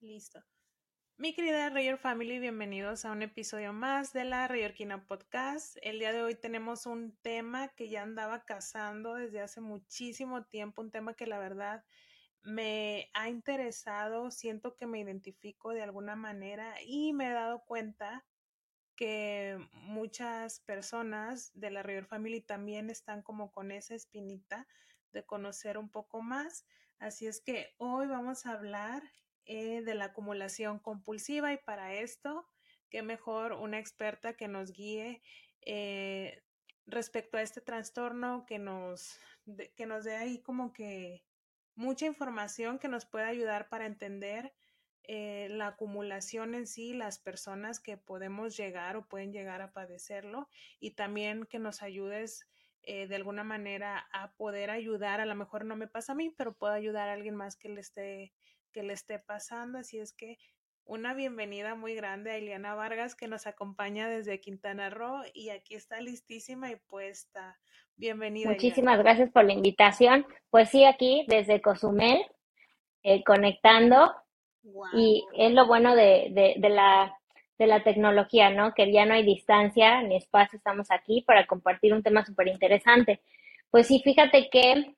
Listo. Mi querida Rayor Family, bienvenidos a un episodio más de la Rayorquina Podcast. El día de hoy tenemos un tema que ya andaba cazando desde hace muchísimo tiempo, un tema que la verdad me ha interesado, siento que me identifico de alguna manera y me he dado cuenta que muchas personas de la Rayor Family también están como con esa espinita de conocer un poco más. Así es que hoy vamos a hablar de la acumulación compulsiva y para esto, qué mejor una experta que nos guíe eh, respecto a este trastorno, que nos dé ahí como que mucha información que nos pueda ayudar para entender la acumulación en sí, las personas que podemos llegar o pueden llegar a padecerlo y también que nos ayudes de alguna manera a poder ayudar. A lo mejor no me pasa a mí, pero puedo ayudar a alguien más que le esté pasando. Así es que una bienvenida muy grande a Ileana Vargas, que nos acompaña desde Quintana Roo y aquí está listísima y puesta. Bienvenida, Muchísimas Ileana. gracias por la invitación. Pues sí, aquí desde Cozumel, conectando, y Wow. es lo bueno de la tecnología, ¿no? Que ya no hay distancia ni espacio, estamos aquí para compartir un tema súper interesante. Pues sí, fíjate que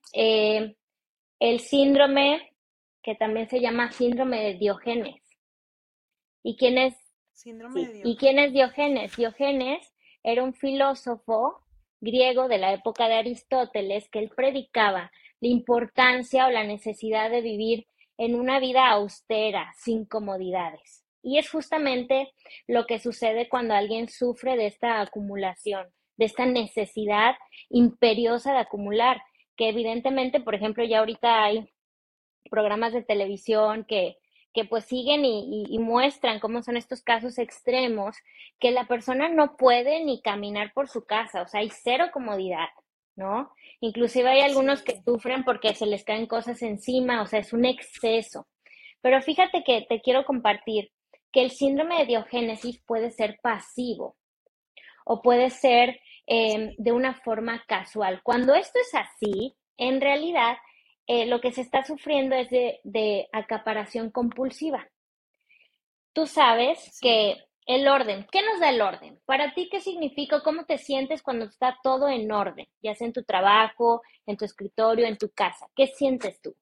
el síndrome, que también se llama síndrome de Diógenes, ¿y quién es? Síndrome de Sí, ¿y quién es Diógenes. Diógenes? Diógenes era un filósofo griego de la época de Aristóteles que él predicaba la importancia o la necesidad de vivir en una vida austera, sin comodidades. Y es justamente lo que sucede cuando alguien sufre de esta acumulación, de esta necesidad imperiosa de acumular, que evidentemente, por ejemplo, ya ahorita hay programas de televisión que pues siguen y muestran cómo son estos casos extremos, que la persona no puede ni caminar por su casa, o sea, hay cero comodidad, ¿no? Inclusive hay algunos que Sí. sufren porque se les caen cosas encima, o sea, es un exceso. Pero fíjate que te quiero compartir que el síndrome de Diogénesis puede ser pasivo o puede ser Sí. de una forma casual. Cuando esto es así, en realidad lo que se está sufriendo es de acaparación compulsiva. Tú sabes Sí. que el orden, ¿qué nos da el orden? Para ti, ¿qué significa? ¿Cómo te sientes cuando está todo en orden? Ya sea en tu trabajo, en tu escritorio, en tu casa. ¿Qué sientes tú?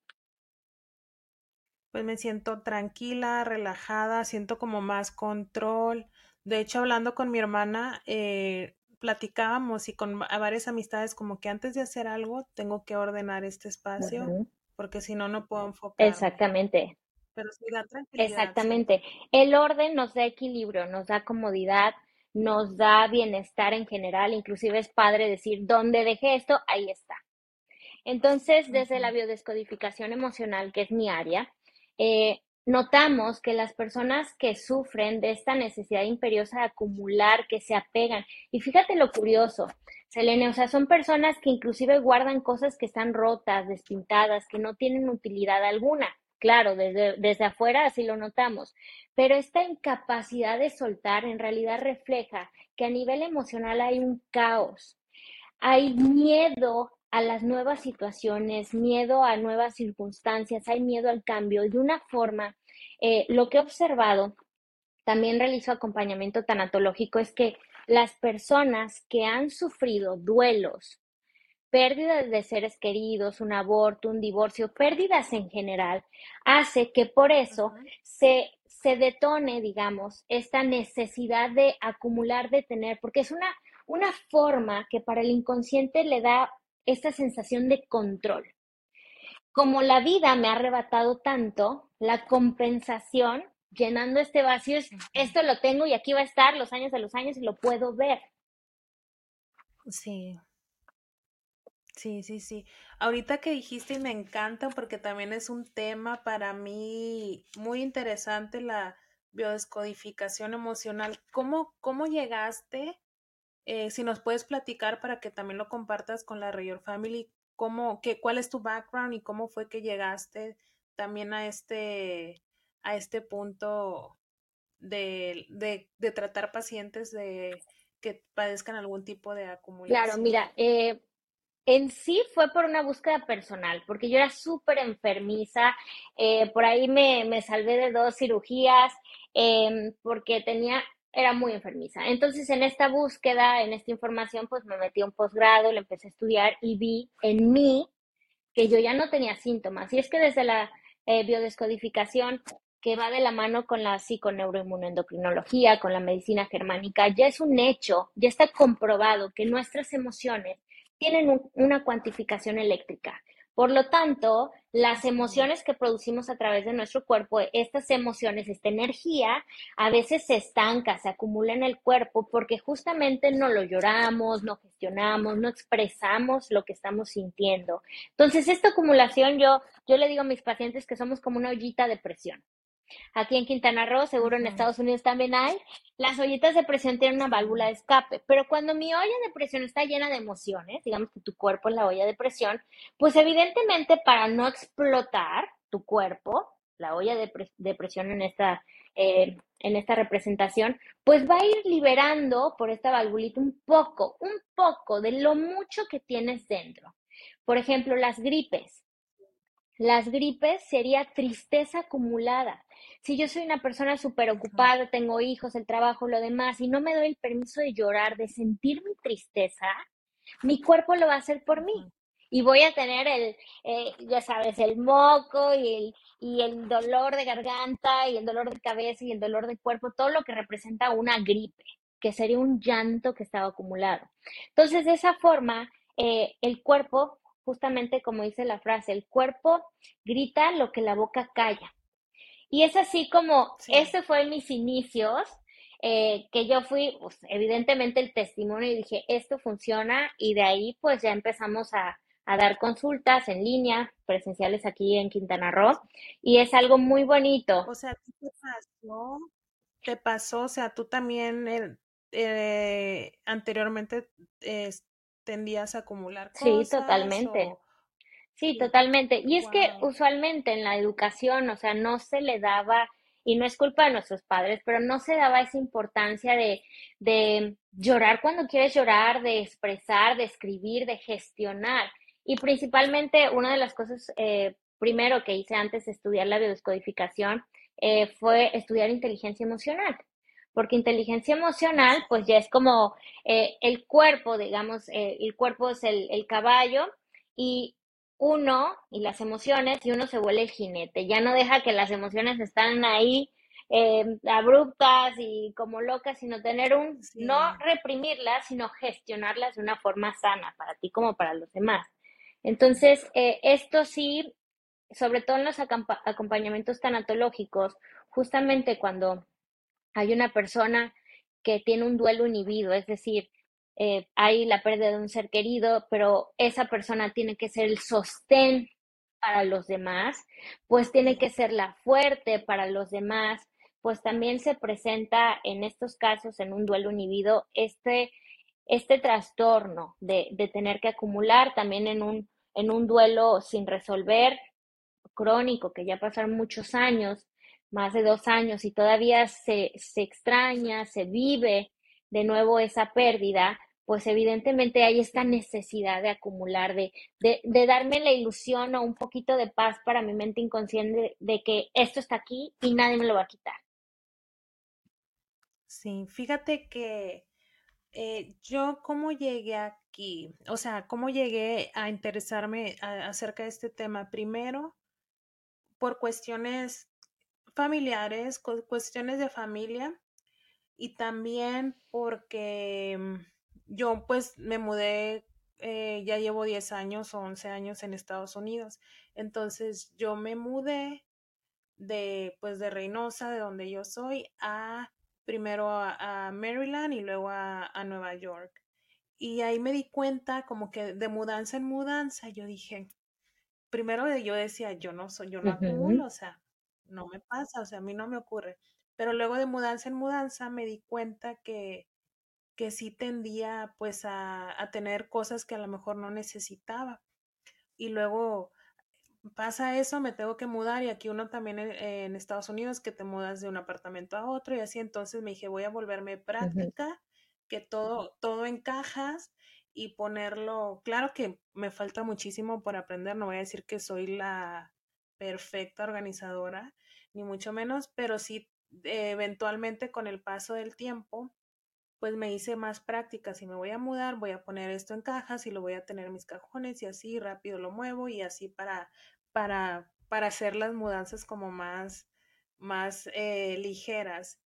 Pues me siento tranquila, relajada, siento como más control. De hecho, hablando con mi hermana, platicábamos y con a varias amistades como que antes de hacer algo tengo que ordenar este espacio Ujú. porque si no, no puedo enfocarme. Exactamente. Pero sí da tranquilidad, siento. Exactamente. El orden nos da equilibrio, nos da comodidad, nos da bienestar en general. Inclusive es padre decir, ¿dónde dejé esto? Ahí está. Entonces, desde la Ujú. biodescodificación emocional, que es mi área, notamos que las personas que sufren de esta necesidad imperiosa de acumular, que se apegan, y fíjate lo curioso, Selene, o sea, son personas que inclusive guardan cosas que están rotas, despintadas, que no tienen utilidad alguna. Claro, desde afuera así lo notamos, pero esta incapacidad de soltar en realidad refleja que a nivel emocional hay un caos, hay miedo a las nuevas situaciones, miedo a nuevas circunstancias, hay miedo al cambio. Y de una forma, lo que he observado, también realizo acompañamiento tanatológico, es que las personas que han sufrido duelos, pérdidas de seres queridos, un aborto, un divorcio, pérdidas en general, hace que por eso Ajá. se detone, digamos, esta necesidad de acumular, de tener, porque es una forma que para el inconsciente le da esta sensación de control. Como la vida me ha arrebatado tanto, la compensación, llenando este vacío, es Ujú. esto lo tengo y aquí va a estar los años de los años y lo puedo ver. Sí, sí, sí, sí. Ahorita que dijiste y me encanta porque también es un tema para mí muy interesante la biodescodificación emocional. ¿Cómo llegaste? Si nos puedes platicar para que también lo compartas con la Rayor Family, cuál es tu background y cómo fue que llegaste también a este punto de tratar pacientes que padezcan algún tipo de Claro, acumulación. mira, En sí fue por una búsqueda personal, porque yo era súper enfermiza, por ahí me salvé de 2 cirugías, porque era muy enfermiza. Entonces, en esta búsqueda, en esta información, pues me metí a un posgrado, le empecé a estudiar y vi en mí que yo ya no tenía síntomas. Y es que desde la biodescodificación, que va de la mano con la psiconeuroinmunoendocrinología, con la medicina germánica, ya es un hecho, ya está comprobado que nuestras emociones tienen una cuantificación eléctrica. Por lo tanto, las Ujú. emociones que producimos a través de nuestro cuerpo, estas emociones, esta energía, a veces se estanca, se acumula en el cuerpo porque justamente no lo lloramos, no gestionamos, no expresamos lo que estamos sintiendo. Entonces, esta acumulación yo le digo a mis pacientes que somos como una ollita de presión. Aquí en Quintana Roo, seguro en Ujú. Estados Unidos también hay, las ollitas de presión tienen una válvula Sí. de escape, pero cuando mi olla de presión está llena de emociones, digamos que tu cuerpo es la olla de presión, pues evidentemente para no explotar tu cuerpo, la olla de presión en esta representación, pues va a ir liberando por esta valvulita un poco de lo mucho que tienes dentro. Por ejemplo, las gripes. Las gripes sería tristeza acumulada. Si yo soy una persona súper Ujú. ocupada, tengo hijos, el trabajo, lo demás, y no me doy el permiso de llorar, de sentir mi tristeza, mi cuerpo lo va a hacer por mí. Ujú. Y voy a tener ya sabes, el moco y el dolor de garganta y el dolor de cabeza y el dolor de cuerpo, todo lo que representa una gripe, que sería un llanto que estaba acumulado. Entonces, de esa forma, el cuerpo, justamente como dice la frase, el cuerpo grita lo que la boca calla. Y es así como, Sí. ese fue mis inicios, que yo fui, pues, evidentemente el testimonio y dije, esto funciona y de ahí pues ya empezamos a dar consultas en línea, presenciales aquí en Quintana Roo, y es algo muy bonito. O sea, ¿a ti te pasó, o sea, tú también anteriormente eh, tendías a acumular Sí, cosas totalmente. o Sí, sí, totalmente. Y es que wow, usualmente en la educación, o sea, no se le daba, y no es culpa de nuestros padres, pero no se daba esa importancia de llorar cuando quieres llorar, de expresar, de escribir, de gestionar. Y principalmente una de las cosas, primero que hice antes de estudiar la biodescodificación, fue estudiar inteligencia emocional. Porque inteligencia emocional, pues ya es como el cuerpo, digamos, el cuerpo es el caballo y uno y las emociones y uno se vuelve el jinete, ya no deja que las emociones están ahí abruptas y como locas, sino no sí, reprimirlas, sino gestionarlas de una forma sana para ti como para los demás. Entonces, esto sí, sobre todo en los acompañamientos tanatológicos, justamente cuando hay una persona que tiene un duelo inhibido, es decir, hay la pérdida de un ser querido, pero esa persona tiene que ser el sostén para los demás, pues tiene sí, que ser la fuerte para los demás, pues también se presenta en estos casos, en un duelo inhibido, este trastorno de tener que acumular también en un duelo sin resolver, crónico, que ya pasaron muchos años, más de 2 años, y todavía se extraña, se vive de nuevo esa pérdida, pues evidentemente hay esta sí. necesidad de acumular, de darme la ilusión o un poquito de paz para mi mente inconsciente de que esto está aquí y nadie me lo va a quitar. Sí, fíjate que yo cómo llegué aquí, o sea, cómo llegué a interesarme acerca de este tema. Primero, por cuestiones familiares, cuestiones de familia y también porque yo pues me mudé, ya llevo 10 años o 11 años en Estados Unidos. Entonces yo me mudé de pues de Reynosa, de donde yo soy, a primero a Maryland y luego a Nueva York. Y ahí me di cuenta como que de mudanza en mudanza, yo dije, primero yo decía, yo no Ujú, acumulo, o sea, no me pasa, o sea, a mí no me ocurre. Pero luego de mudanza en mudanza me di cuenta que sí tendía pues a tener cosas que a lo mejor no necesitaba. Y luego pasa eso, me tengo que mudar y aquí uno también en Estados Unidos que te mudas de un apartamento a otro y así, entonces me dije, voy a volverme ujú. práctica, que todo encajas y ponerlo, claro que me falta muchísimo por aprender, no voy a decir que soy la perfecta organizadora, ni mucho menos, pero sí eventualmente con el paso del tiempo, pues me hice más práctica. Si me voy a mudar, voy a poner esto en cajas y lo voy a tener en mis cajones y así rápido lo muevo y así para hacer las mudanzas como más ligeras.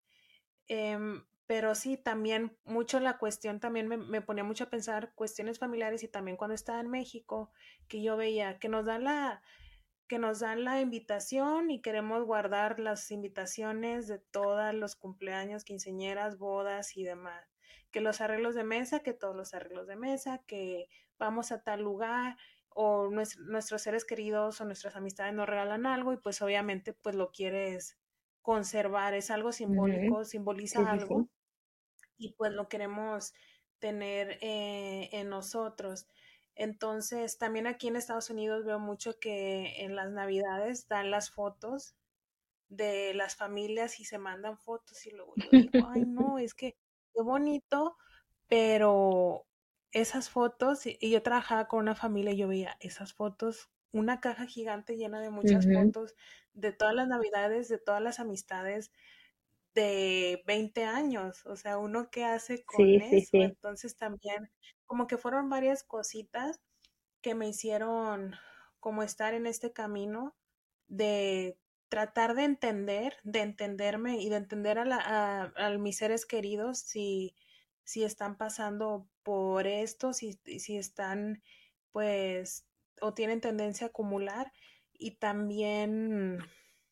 Pero sí, también mucho la cuestión, también me ponía mucho a pensar cuestiones familiares y también cuando estaba en México, que yo veía que nos dan la invitación y queremos guardar las invitaciones de todos los cumpleaños, quinceañeras, bodas y demás. Que los arreglos de mesa, que todos los arreglos de mesa, que vamos a tal lugar o nuestros seres queridos o nuestras amistades nos regalan algo y pues obviamente pues lo quieres conservar, es algo Ujú. simbólico, Sí, simboliza sí, algo sí. y pues lo queremos tener en nosotros. Entonces, también aquí en Estados Unidos veo mucho que en las Navidades dan las fotos de las familias y se mandan fotos y luego yo digo, ay no, es que qué bonito, pero esas fotos, y yo trabajaba con una familia y yo veía esas fotos, una caja gigante llena de muchas Ujú. fotos de todas las Navidades, de todas las amistades de 20 años, o sea, uno qué hace Sí, con sí, eso. sí. Entonces también como que fueron varias cositas que me hicieron como estar en este camino de tratar de entenderme y de entender a mis seres queridos si están pasando por esto, si están pues o tienen tendencia a acumular y también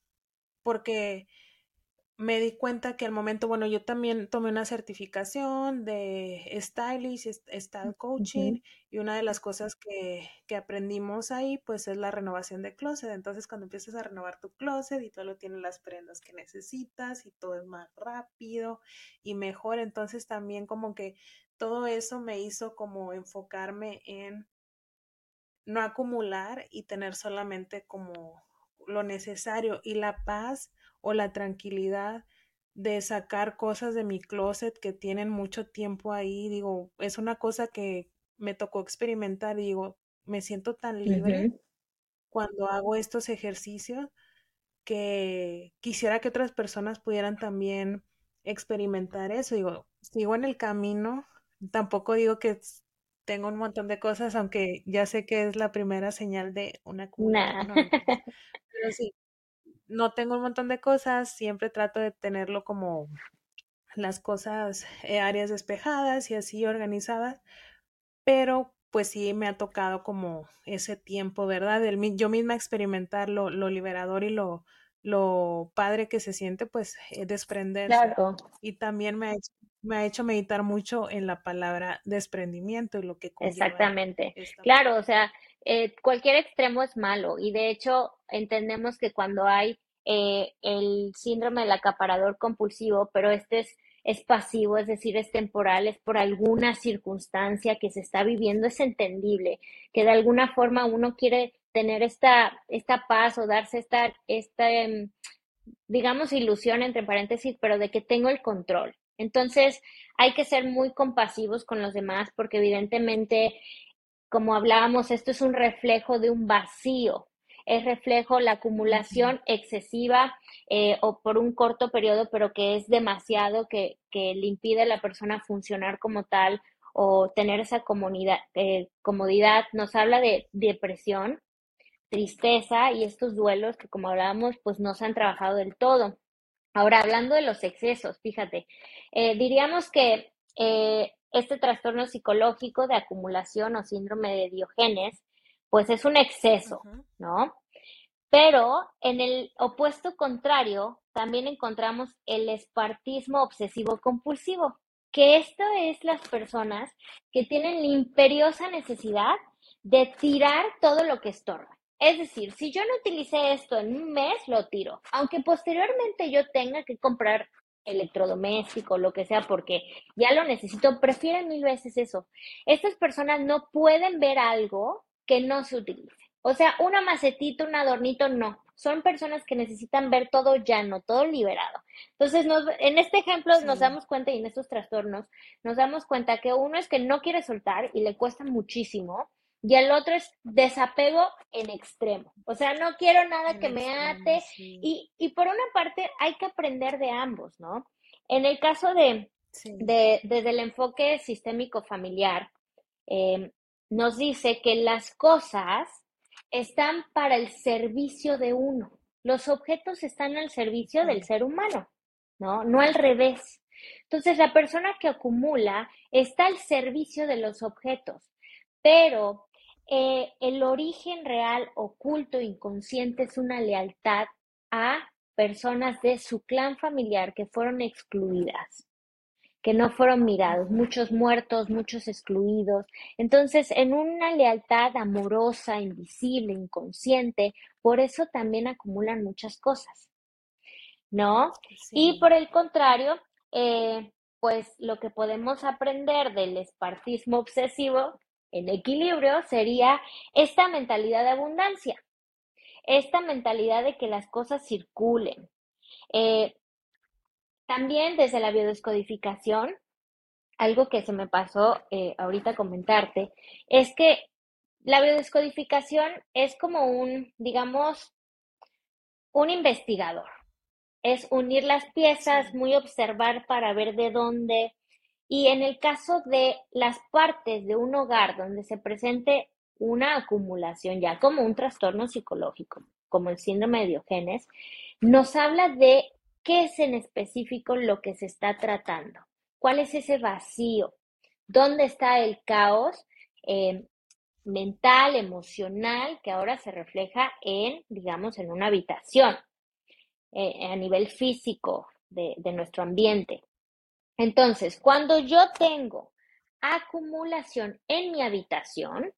porque me di cuenta que al momento, bueno, yo también tomé una certificación de stylist, style Ujú. coaching, y una de las cosas que aprendimos ahí, pues es la renovación de closet. Entonces, cuando empiezas a renovar tu closet y todo tienes las prendas que necesitas y todo es más rápido y mejor, entonces también como que todo eso me hizo como enfocarme en no acumular y tener solamente como lo necesario y la paz o la tranquilidad de sacar cosas de mi closet que tienen mucho tiempo ahí. Digo, es una cosa que me tocó experimentar. Digo, me siento tan libre Ujú. cuando hago estos ejercicios que quisiera que otras personas pudieran también experimentar eso. Digo, sigo en el camino, tampoco digo que tengo un montón de cosas, aunque ya sé que es la primera señal de un acumulador, Nah. no, no te creas. Pero sí, no tengo un montón de cosas, siempre trato de tenerlo como las cosas, áreas despejadas y así organizadas, pero pues sí me ha tocado como ese tiempo, ¿verdad? Yo misma experimentar lo liberador y lo padre que se siente, pues desprenderse. Claro. Y también me ha hecho meditar mucho en la palabra desprendimiento y lo que conlleva Exactamente. esta Claro, o palabra. sea, cualquier extremo es malo y de hecho entendemos que cuando hay el síndrome del acaparador compulsivo, pero es pasivo, es decir, es temporal, es por alguna circunstancia que se está viviendo, es entendible, que de alguna forma uno quiere tener esta paz o darse digamos, ilusión entre paréntesis, pero de que tengo el control. Entonces, hay que ser muy compasivos con los demás porque evidentemente como hablábamos, esto es un reflejo de un vacío, es reflejo la Ujú. acumulación excesiva o por un corto periodo, pero que es demasiado, que le impide a la persona funcionar como tal o tener esa comodidad. Nos habla de depresión, tristeza y estos duelos que como hablábamos, pues no se han trabajado del todo. Ahora, hablando de los excesos, fíjate, diríamos que este trastorno psicológico de acumulación o síndrome de Diógenes, pues es un exceso, Ujú. ¿no? Pero en el opuesto contrario, también encontramos el espartismo obsesivo compulsivo, que esto es las personas que tienen la imperiosa necesidad de tirar todo lo que estorba. Es decir, si yo no utilicé esto en un mes, lo tiro, aunque posteriormente yo tenga que comprar electrodoméstico, lo que sea, porque ya lo necesito, prefieren mil veces eso. Estas personas no pueden ver algo que no se utilice. O sea, una macetita, un adornito, no. son personas que necesitan ver todo llano, todo liberado. Entonces, en este ejemplo nos Sí, damos cuenta y en estos trastornos nos damos cuenta que uno es que no quiere soltar y le cuesta muchísimo, y el otro es desapego en extremo. O sea, no quiero nada en que me extremo, ate sí, y por una parte hay que aprender de ambos, ¿no? En el caso sí, desde el enfoque sistémico familiar, eh, nos dice que las cosas están para el servicio de uno. Los objetos están al servicio del sí, ser humano, ¿no? No al revés. Entonces, la persona que acumula está al servicio de los objetos, pero el origen real, oculto, inconsciente, es una lealtad a personas de su clan familiar que fueron excluidas, que no fueron mirados, ujú, muchos muertos, muchos excluidos. Entonces, en una lealtad amorosa, invisible, inconsciente, por eso también acumulan muchas cosas, ¿no? Y sí. por el contrario, pues lo que podemos aprender del espartismo obsesivo en equilibrio sería esta mentalidad de abundancia, esta mentalidad de que las cosas circulen. Eh, También desde la biodescodificación, algo que se me pasó ahorita comentarte, es que la biodescodificación es como digamos, un investigador. Es unir las piezas, Sí, muy observar para ver de dónde. Y en el caso de las partes de un hogar donde se presente una acumulación, ya como un trastorno psicológico, como el síndrome de Diógenes, nos habla de qué es en específico lo que se está tratando, cuál es ese vacío, dónde está el caos eh, mental, emocional, que ahora se refleja digamos, en una habitación, a nivel físico de nuestro ambiente. Entonces, cuando yo tengo acumulación en mi habitación,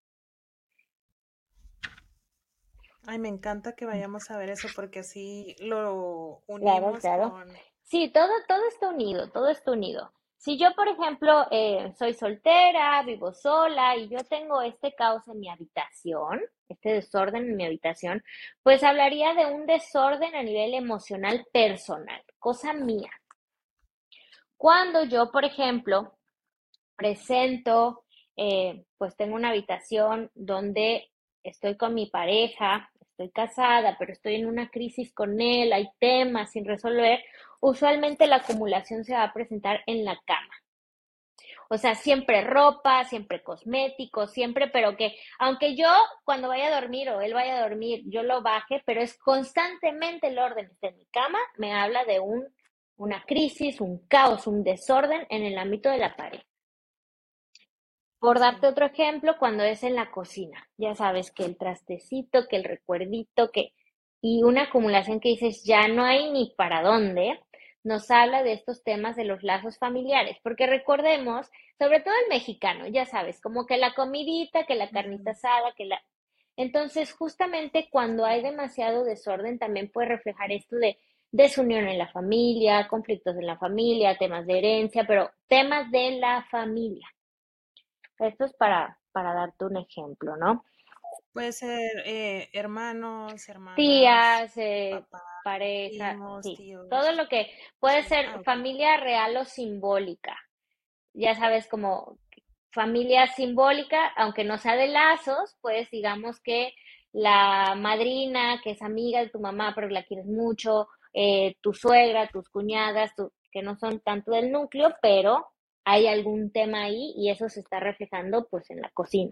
ay, me encanta que vayamos a ver eso porque así lo claro, unimos claro. con, Sí, todo está unido, todo está unido. Si yo, por ejemplo, soy soltera, vivo sola y yo tengo este caos en mi habitación, este desorden en mi habitación, pues hablaría de un desorden a nivel emocional personal, cosa mía. Cuando yo, por ejemplo, presento, pues tengo una habitación donde estoy con mi pareja, estoy casada, pero estoy en una crisis con él, hay temas sin resolver, usualmente la acumulación se va a presentar en la cama. O sea, siempre ropa, siempre cosméticos, siempre, pero que aunque yo cuando vaya a dormir o él vaya a dormir, yo lo baje, pero es constantemente el orden está en mi cama, me habla de una crisis, un caos, un desorden en el ámbito de la pareja. Por darte sí, otro ejemplo, cuando es en la cocina, ya sabes que el trastecito, que el recuerdito, y una acumulación que dices, ya no hay ni para dónde, nos habla de estos temas de los lazos familiares, porque recordemos, sobre todo el mexicano, ya sabes, como que la comidita, que la carnita ujú, asada, Entonces, justamente cuando hay sí. demasiado desorden, también puede reflejar esto de desunión en la familia, conflictos en la familia, temas de herencia, pero temas de la familia. Esto es para darte un ejemplo, ¿no? Puede ser hermanos, hermanas, Tías, papás, pareja, primos, sí. Todo tíos. lo que puede Sí, ser ah, ok. familia real o simbólica. Ya sabes, como familia simbólica, aunque no sea de lazos, pues digamos que la madrina, que es amiga de tu mamá, pero la quieres mucho, tu suegra, tus cuñadas, que no son tanto del núcleo, pero hay algún tema ahí y eso se está reflejando pues en la cocina.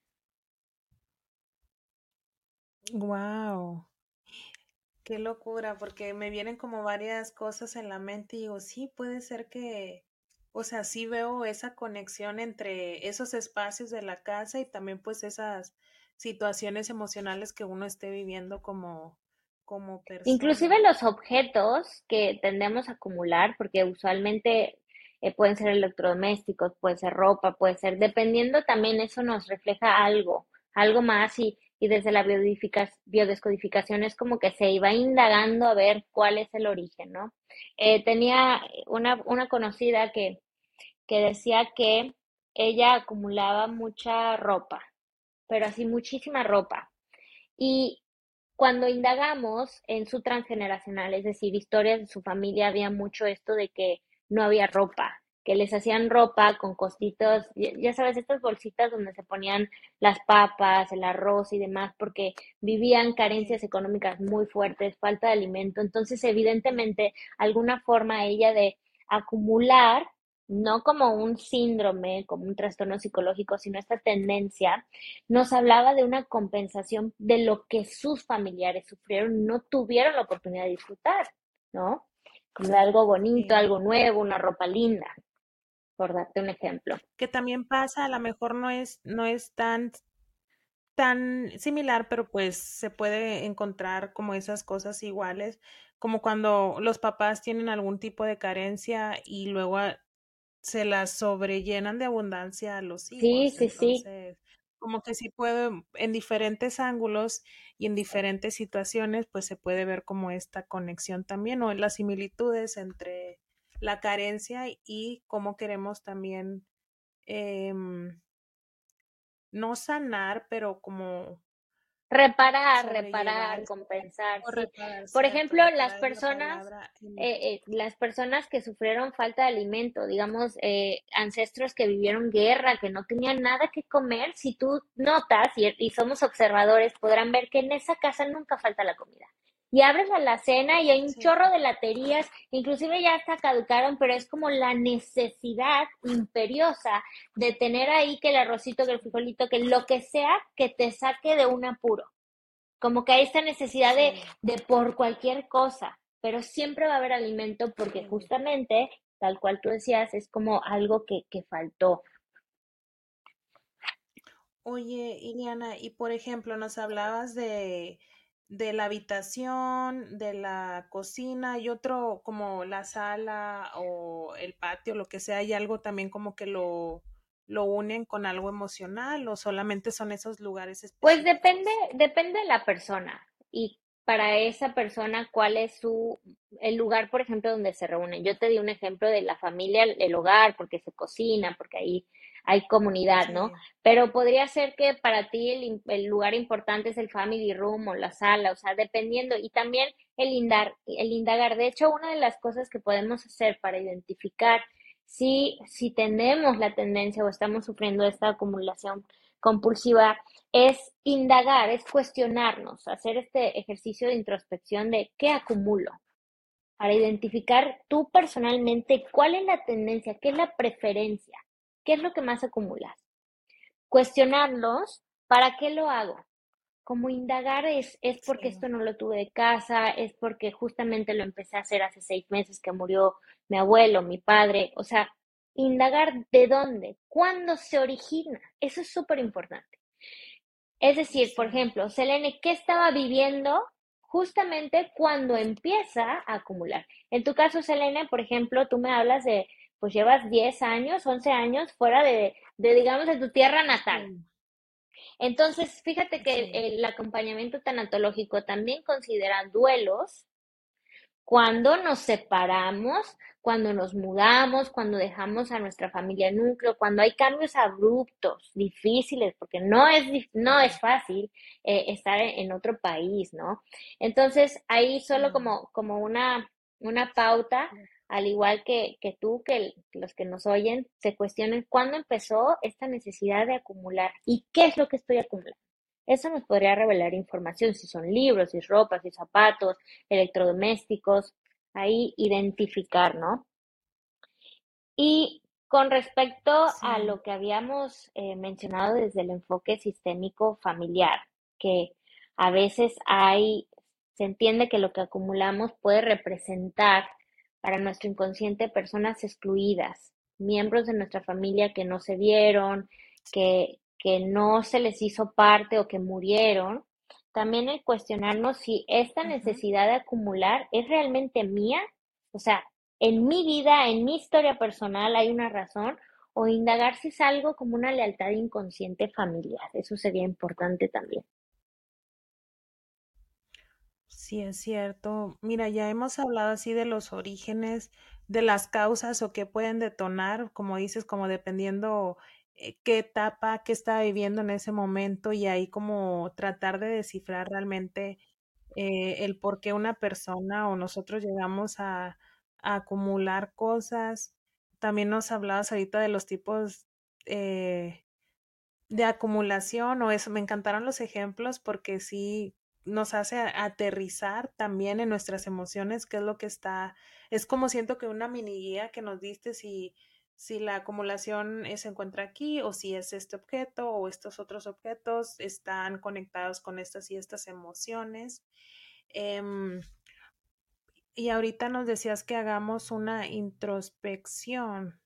Wow, qué locura, porque me vienen como varias cosas en la mente y digo, sí, puede ser que, o sea, sí veo esa conexión entre esos espacios de la casa y también pues esas situaciones emocionales que uno esté viviendo como Inclusive persona. los objetos que tendemos a acumular, porque usualmente pueden ser electrodomésticos, puede ser ropa, puede ser, dependiendo también eso nos refleja algo más y desde la biodescodificación es como que se iba indagando a ver cuál es el origen, ¿no? Tenía una conocida que decía que ella acumulaba mucha ropa, pero así muchísima ropa. Y cuando indagamos en su transgeneracional, es decir, historias de su familia, había mucho esto de que no había ropa, que les hacían ropa con costitos, ya sabes, estas bolsitas donde se ponían las papas, el arroz y demás, porque vivían Sí, carencias económicas muy fuertes, falta de alimento. Entonces, sí, evidentemente, alguna forma ella de acumular, no como un síndrome, como un trastorno psicológico, sino esta tendencia, nos hablaba de una compensación de lo que sus familiares sufrieron, no tuvieron la oportunidad de disfrutar, ¿no? Como de algo bonito, sí. algo nuevo, una ropa linda, por darte un ejemplo. Que también pasa, a lo mejor no es tan similar, pero pues se puede encontrar como esas cosas iguales, como cuando los papás tienen algún tipo de carencia y luego se las sobrellenan de abundancia a los Sí, hijos. sí, sí. Entonces, como que sí puede, en diferentes ángulos y en diferentes situaciones, pues se puede ver como esta conexión también o las similitudes entre la carencia y cómo queremos también em, no sanar, pero como Reparar, sobrellevar compensar, o sí. reparar, Por cierto, ejemplo, reparar es la palabra. las personas que sufrieron falta de alimento, digamos, ancestros que vivieron guerra, que no tenían nada que comer, si tú notas y somos observadores, podrán ver que en esa casa nunca falta la comida. Y abres la alacena y hay un Sí, chorro de laterías, inclusive ya hasta caducaron, pero es como la necesidad imperiosa de tener ahí que el arrocito, que el frijolito, que lo que sea que te saque de un apuro. Como que hay esta necesidad sí, de por cualquier cosa, pero siempre va a haber alimento porque sí. justamente, tal cual tú decías, es como algo que faltó. Oye, Iliana, y por ejemplo, nos hablabas de la habitación, de la cocina y otro como la sala o el patio, lo que sea, ¿hay algo también como que lo unen con algo emocional o solamente son esos lugares Pues depende, específicos? depende de la persona y para esa persona cuál es el lugar, por ejemplo, donde se reúnen. Yo te di un ejemplo de la familia, el hogar, porque se cocina, porque ahí hay comunidad, ¿no? Sí, Pero podría ser que para ti el lugar importante es el family room o la sala, o sea, dependiendo. Y también el indagar. De hecho, una de las cosas que podemos hacer para identificar si tenemos la tendencia o estamos sufriendo esta acumulación compulsiva es indagar, es cuestionarnos, hacer este ejercicio de introspección de qué acumulo, para identificar tú personalmente cuál es la tendencia, qué es la preferencia, qué es lo que más acumulas. Cuestionarlos, ¿para qué lo hago? Como indagar es porque sí, esto no lo tuve de casa, es porque justamente lo empecé a hacer hace 6 meses que murió mi abuelo, mi padre, o sea, indagar de dónde, cuándo se origina, eso es súper importante. Es decir, por sí, ejemplo, Selene, ¿qué estaba viviendo justamente cuando empieza a acumular? En tu caso, Selene, por ejemplo, tú me hablas de, pues llevas 10 años, 11 años fuera digamos, de tu tierra natal. sí, Entonces, fíjate que sí. el acompañamiento tanatológico también considera duelos cuando nos separamos, cuando nos mudamos, cuando dejamos a nuestra familia núcleo, cuando hay cambios abruptos, difíciles, porque no es Sí, fácil estar en otro país, ¿no? Entonces, ahí solo no, como una pauta, al igual que tú, los que nos oyen, se cuestionen cuándo empezó esta necesidad de acumular y qué es lo que estoy acumulando. Eso nos podría revelar información, si son libros, si es ropa, si es zapatos, electrodomésticos, ahí identificar, ¿no? Y con respecto a sí, lo que habíamos mencionado desde el enfoque sistémico familiar, que a veces se entiende que lo que acumulamos puede representar para nuestro inconsciente personas excluidas, miembros de nuestra familia que no se vieron, que no se les hizo parte o que murieron. También el cuestionarnos si esta ujú. necesidad de acumular es realmente mía, o sea, en mi vida, en mi historia personal hay una razón, o indagar si es algo como una lealtad inconsciente familiar. Eso sería importante también. Sí, es cierto. Mira, ya hemos hablado así de los orígenes, de las causas o qué pueden detonar, como dices, como dependiendo qué etapa, qué estaba viviendo en ese momento y ahí como tratar de descifrar realmente. el por qué una persona o nosotros llegamos a acumular cosas. También nos hablabas ahorita de los tipos eh, de acumulación o eso. Me encantaron los ejemplos porque sí nos hace aterrizar también en nuestras emociones, qué es lo que está, es como siento que una mini guía que nos diste si la acumulación se encuentra aquí o si es este objeto o estos otros objetos están conectados con estas y estas emociones. Em, y ahorita nos decías que hagamos una introspección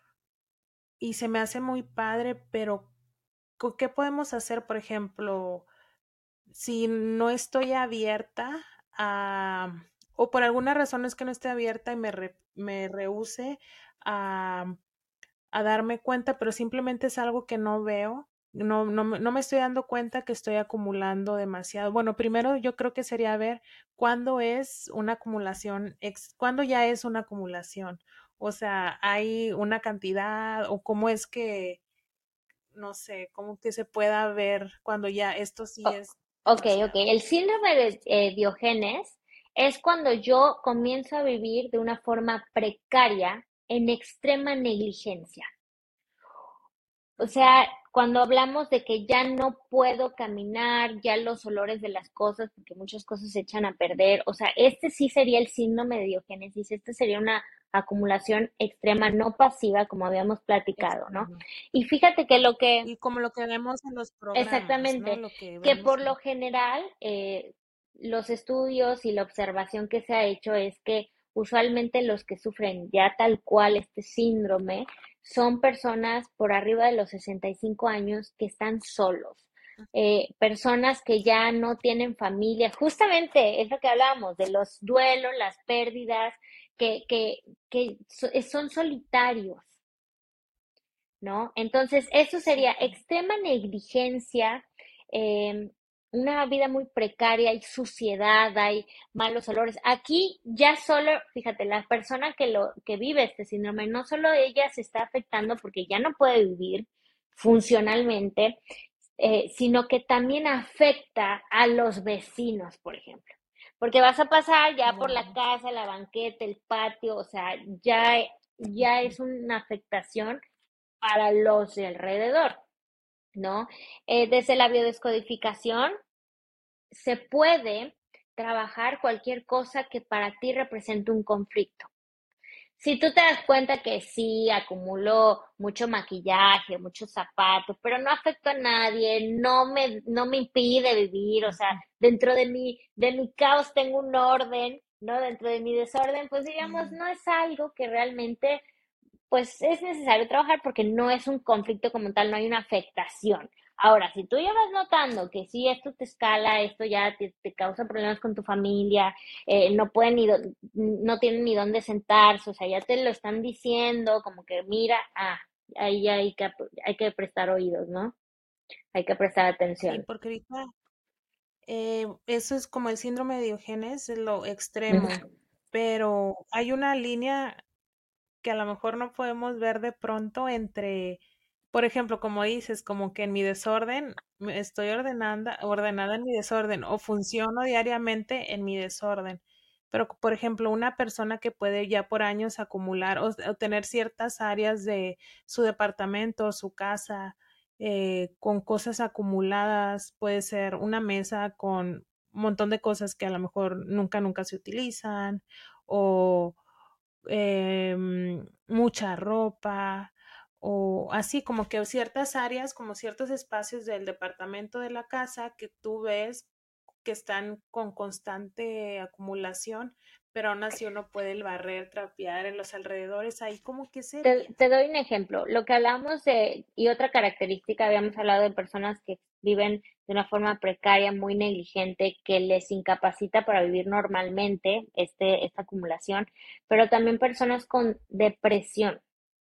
y se me hace muy padre, pero ¿qué podemos hacer, por ejemplo, si no estoy abierta a, o por alguna razón es que no esté abierta y me rehúse a, a darme cuenta, pero simplemente es algo que no veo? No me estoy dando cuenta que estoy acumulando demasiado. Bueno, primero yo creo que sería ver cuándo es una acumulación, cuándo ya es una acumulación. O sea, hay una cantidad o cómo es que, no sé, cómo que se pueda ver cuando ya esto sí O- es ok. demasiado. El síndrome de Diógenes es cuando yo comienzo a vivir de una forma precaria en extrema negligencia. O Ujú. sea, cuando hablamos de que ya no puedo caminar, ya los olores de las cosas, porque muchas cosas se echan a perder, o sea, este sí sería el síndrome de Diogénesis, este sería una acumulación extrema no pasiva, como habíamos platicado, ¿no? Extremo. Y fíjate que lo que, Y como lo que vemos en los programas, ¿no? exactamente, Lo que que vemos por lo general los estudios y la observación que se ha hecho es que usualmente los que sufren ya tal cual este síndrome son personas por arriba de los 65 años que están solos, personas que ya no tienen familia. Justamente es lo que hablábamos de los duelos, las pérdidas, que son solitarios, ¿no? Entonces, eso sí, sería extrema negligencia, eh, una vida muy precaria, hay suciedad, hay malos olores. Aquí ya solo, fíjate, la persona que vive este síndrome, no solo ella se está afectando porque ya no puede vivir funcionalmente, sino que también afecta a los vecinos, por ejemplo. Porque vas a pasar ya por la wow. casa, la banqueta, el patio, o sea, ya es una afectación para los de alrededor, ¿no? Desde la biodescodificación se puede trabajar cualquier cosa que para ti represente un conflicto. Si tú te das cuenta que sí acumuló mucho maquillaje, muchos zapatos, pero no afectó a nadie, no me impide vivir, o sea, Ujú. dentro de mi caos tengo un orden, ¿no? Dentro de mi desorden, pues digamos, Sí, no es algo que realmente pues es necesario trabajar porque no es un conflicto como tal, no hay una afectación. Ahora, si tú ya vas notando que si esto te escala, esto ya te causa problemas con tu familia, no pueden no tienen ni dónde sentarse, o sea, ya te lo están diciendo, como que mira, ahí ya hay que prestar oídos, ¿no? Hay que prestar sí, atención. porque ahorita eso es como el síndrome de Diógenes, es lo extremo, Ujú. pero hay una línea que a lo mejor no podemos ver de pronto entre, por ejemplo, como dices, como que en mi desorden estoy ordenada en mi desorden o funciono diariamente en mi desorden. Pero, por ejemplo, una persona que puede ya por años acumular o tener ciertas áreas de su departamento, su casa, con cosas acumuladas, puede ser una mesa con un montón de cosas que a lo mejor nunca se utilizan o mucha ropa o así como que ciertas áreas, como ciertos espacios del departamento de la casa que tú ves que están con constante acumulación, pero aún así uno puede el barrer, trapear en los alrededores, ahí como que Te, sería. te doy un ejemplo. Lo que hablamos y otra característica, habíamos hablado de personas que viven de una forma precaria, muy negligente, que les incapacita para vivir normalmente esta acumulación, pero también personas con depresión,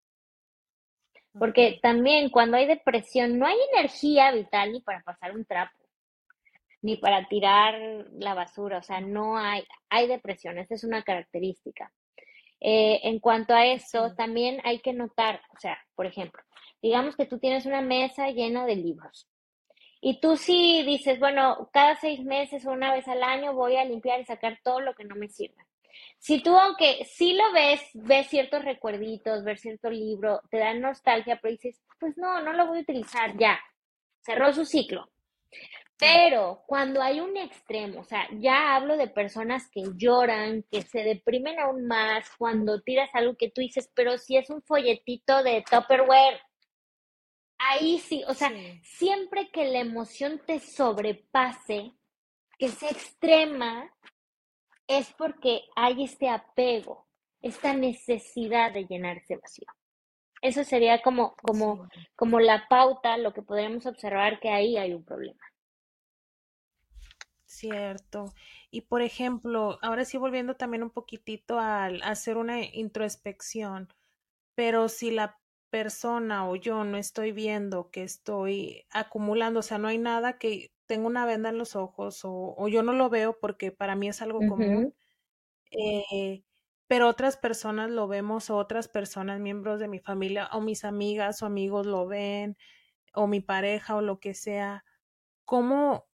Ujú. porque también cuando hay depresión no hay energía vital ni para pasar un trapo, ni para tirar la basura, o sea, no hay depresión, esa es una característica. En cuanto a esto, Sí, también hay que notar, o sea, por ejemplo, digamos que tú tienes una mesa llena de libros Y tú sí dices, bueno, cada 6 meses o una vez al año voy a limpiar y sacar todo lo que no me sirve. Si tú, aunque sí lo ves ciertos recuerditos, ver cierto libro, te da nostalgia, pero dices, pues no, no lo voy a utilizar ya. Cerró su ciclo. Sí, Pero cuando hay un extremo, o sea, ya hablo de personas que lloran, que se deprimen aún más cuando tiras algo que tú dices, pero si es un folletito de Tupperware, ahí sí, o sea, sí, siempre que la emoción te sobrepase, que sea extrema, es porque hay este apego, esta necesidad de llenar ese vacío. Eso sería sí. como la pauta, lo que podríamos observar que ahí hay un problema. Cierto. Y por ejemplo, ahora sí volviendo también un poquitito al hacer una introspección, pero si la persona o yo no estoy viendo que estoy acumulando, o sea, no hay nada que tengo una venda en los ojos o yo no lo veo porque para mí es algo común, Ujú. eh, pero otras personas lo vemos o otras personas, miembros de mi familia o mis amigas o amigos lo ven o mi pareja o lo que sea. ¿Cómo?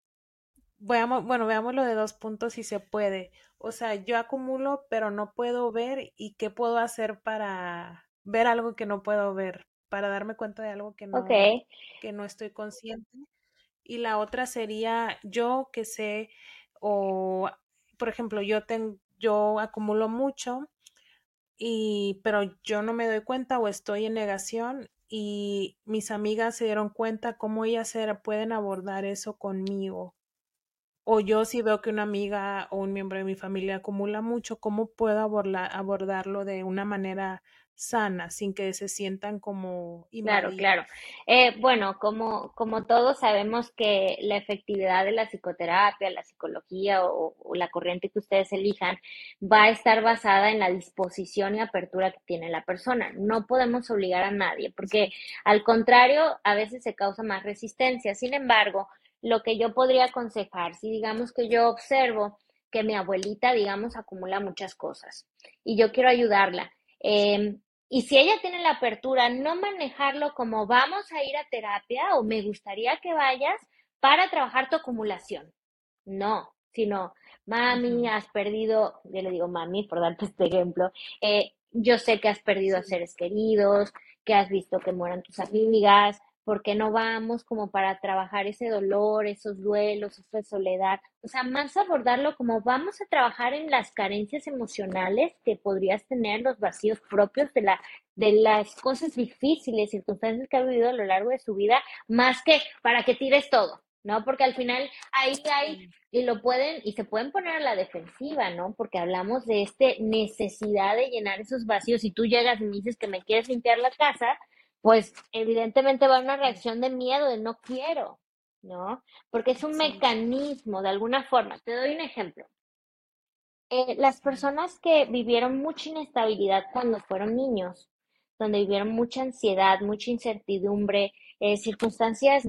Bueno, veámoslo de dos puntos si se puede. O sea, yo acumulo, pero no puedo ver y qué puedo hacer para ver algo que no puedo ver, para darme cuenta de algo Ok, que no estoy consciente. Y la otra sería yo que sé, o por ejemplo, yo acumulo mucho pero yo no me doy cuenta o estoy en negación y mis amigas se dieron cuenta cómo pueden abordar eso conmigo. O yo si veo que una amiga o un miembro de mi familia acumula mucho, ¿cómo puedo abordarlo de una manera sana, sin que se sientan como claro, claro. invadidos? Bueno, como todos sabemos que la efectividad de la psicoterapia, la psicología o la corriente que ustedes elijan va a estar basada en la disposición y apertura que tiene la persona. No podemos obligar a nadie, porque Sí. al contrario, a veces se causa más resistencia. Sin embargo, lo que yo podría aconsejar, si digamos que yo observo que mi abuelita, digamos, acumula muchas cosas y yo quiero ayudarla. Y si ella tiene la apertura, no manejarlo como vamos a ir a terapia o me gustaría que vayas para trabajar tu acumulación. No, sino, mami, Ujú. has perdido, yo le digo mami por darte este ejemplo, yo sé que has perdido a Sí, seres queridos, que has visto que mueran tus amigas, ¿por qué no vamos como para trabajar ese dolor, esos duelos, esa soledad? O sea, más abordarlo como vamos a trabajar en las carencias emocionales que podrías tener, los vacíos propios de las cosas difíciles, circunstancias que ha vivido a lo largo de su vida, más que para que tires todo, ¿no? Porque al final ahí hay, sí, y se pueden poner a la defensiva, ¿no? Porque hablamos de este necesidad de llenar esos vacíos. Si tú llegas y me dices que me quieres limpiar la casa, pues evidentemente va a una sí, reacción de miedo, de no quiero, ¿no? Porque es un sí, mecanismo de alguna forma. Te doy un ejemplo. Las sí. personas que vivieron mucha inestabilidad cuando fueron niños, donde vivieron mucha ansiedad, mucha incertidumbre, circunstancias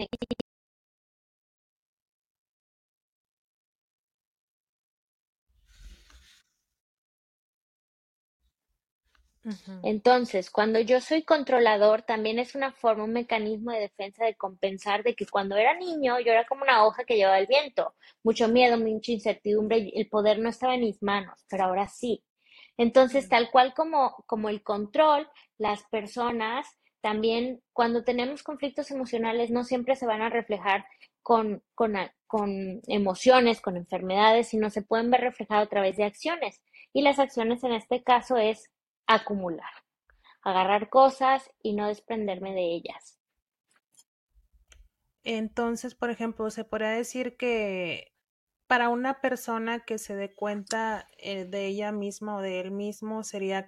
Ujú. Entonces, cuando yo soy controlador, también es una forma, un mecanismo de defensa de compensar de que cuando era niño yo era como una hoja que llevaba el viento, mucho miedo, mucha incertidumbre, y el poder no estaba en mis manos, pero ahora sí. Entonces, Sí. tal cual como el control, las personas también, cuando tenemos conflictos emocionales, no siempre se van a reflejar con emociones, con enfermedades, sino se pueden ver reflejados a través de acciones. Y las acciones en este caso es acumular, agarrar cosas y no desprenderme de ellas. Entonces, por ejemplo, se podría decir que para una persona que se dé cuenta de ella misma o de él mismo sería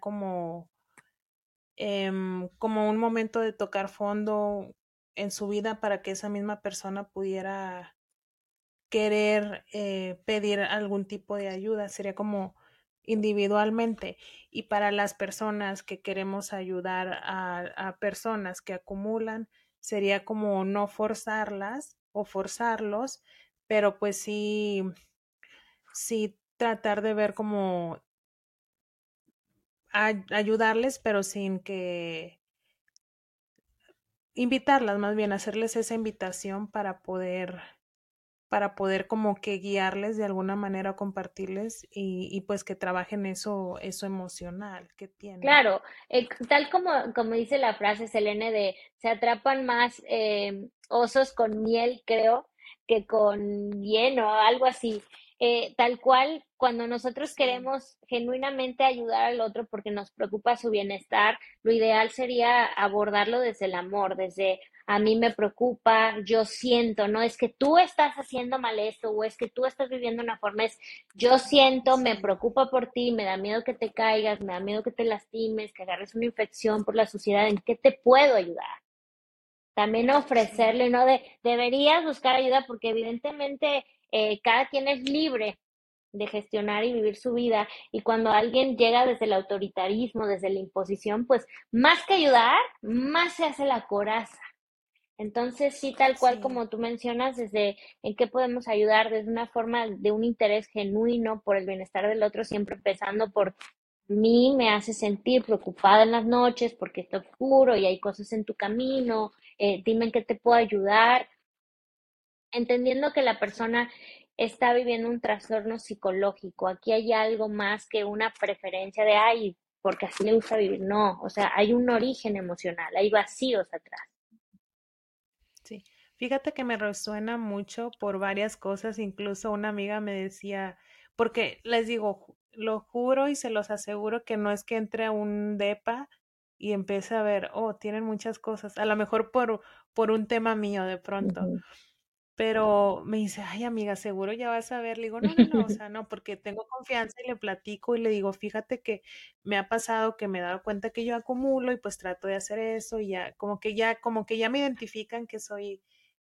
como un momento de tocar fondo en su vida para que esa misma persona pudiera querer pedir algún tipo de ayuda. Sería como individualmente. Y para las personas que queremos ayudar a personas que acumulan, sería como no forzarlas o forzarlos, pero pues sí tratar de ver como ayudarles, pero sin que invitarlas, más bien hacerles esa invitación para poder como que guiarles de alguna manera, compartirles y pues que trabajen eso emocional que tienen. Claro, tal como dice la frase Selene de se atrapan más osos con miel, creo, que con hieno, algo así. Tal cual, cuando nosotros Sí, queremos genuinamente ayudar al otro porque nos preocupa su bienestar, lo ideal sería abordarlo desde el amor, desde a mí me preocupa, yo siento, no es que tú estás haciendo mal esto o es que tú estás viviendo una forma, es yo siento, me sí, preocupa por ti, me da miedo que te caigas, me da miedo que te lastimes, que agarres una infección por la suciedad, ¿en qué te puedo ayudar? También sí, ofrecerle, no deberías buscar ayuda porque evidentemente cada quien es libre de gestionar y vivir su vida y cuando alguien llega desde el autoritarismo, desde la imposición, pues más que ayudar, más se hace la coraza. Entonces, sí, tal cual sí, como tú mencionas, desde en qué podemos ayudar, desde una forma de un interés genuino por el bienestar del otro, siempre empezando por mí, me hace sentir preocupada en las noches porque está oscuro y hay cosas en tu camino, dime en qué te puedo ayudar, entendiendo que la persona está viviendo un trastorno psicológico. Aquí hay algo más que una preferencia de, ay, porque así le gusta vivir. No, o sea, hay un origen emocional, hay vacíos atrás. sí. Fíjate que me resuena mucho por varias cosas, incluso una amiga me decía, porque les digo, lo juro y se los aseguro que no es que entre a un depa y empiece a ver, oh, tienen muchas cosas, a lo mejor por un tema mío de pronto. Ujú. Pero me dice: "Ay, amiga, seguro ya vas a ver". Le digo: "No, no, no, o sea, no, porque tengo confianza", y le platico y le digo: "Fíjate que me ha pasado que me he dado cuenta que yo acumulo y, pues, trato de hacer eso", y como que ya me identifican que soy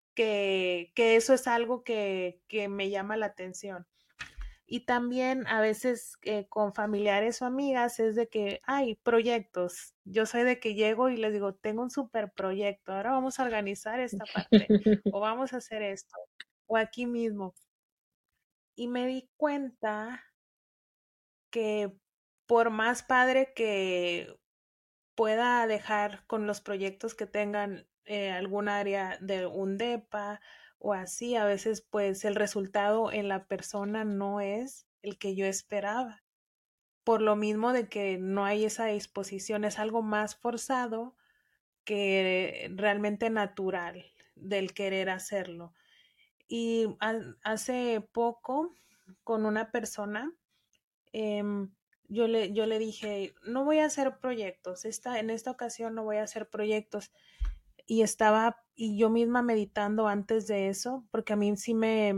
que eso es algo que me llama la atención. Y también a veces con familiares o amigas es de que hay proyectos. Yo soy de que llego y les digo, tengo un super proyecto, ahora vamos a organizar esta parte o vamos a hacer esto o aquí mismo. Y me di cuenta que por más padre que pueda dejar con los proyectos que tengan algún área de un DEPA o así, a veces pues el resultado en la persona no es el que yo esperaba. Por lo mismo de que no hay esa disposición, es algo más forzado que realmente natural del querer hacerlo. Y hace poco con una persona, em, yo le dije, no voy a hacer proyectos, en esta ocasión no voy a hacer proyectos. Y yo misma meditando antes de eso, porque a mí sí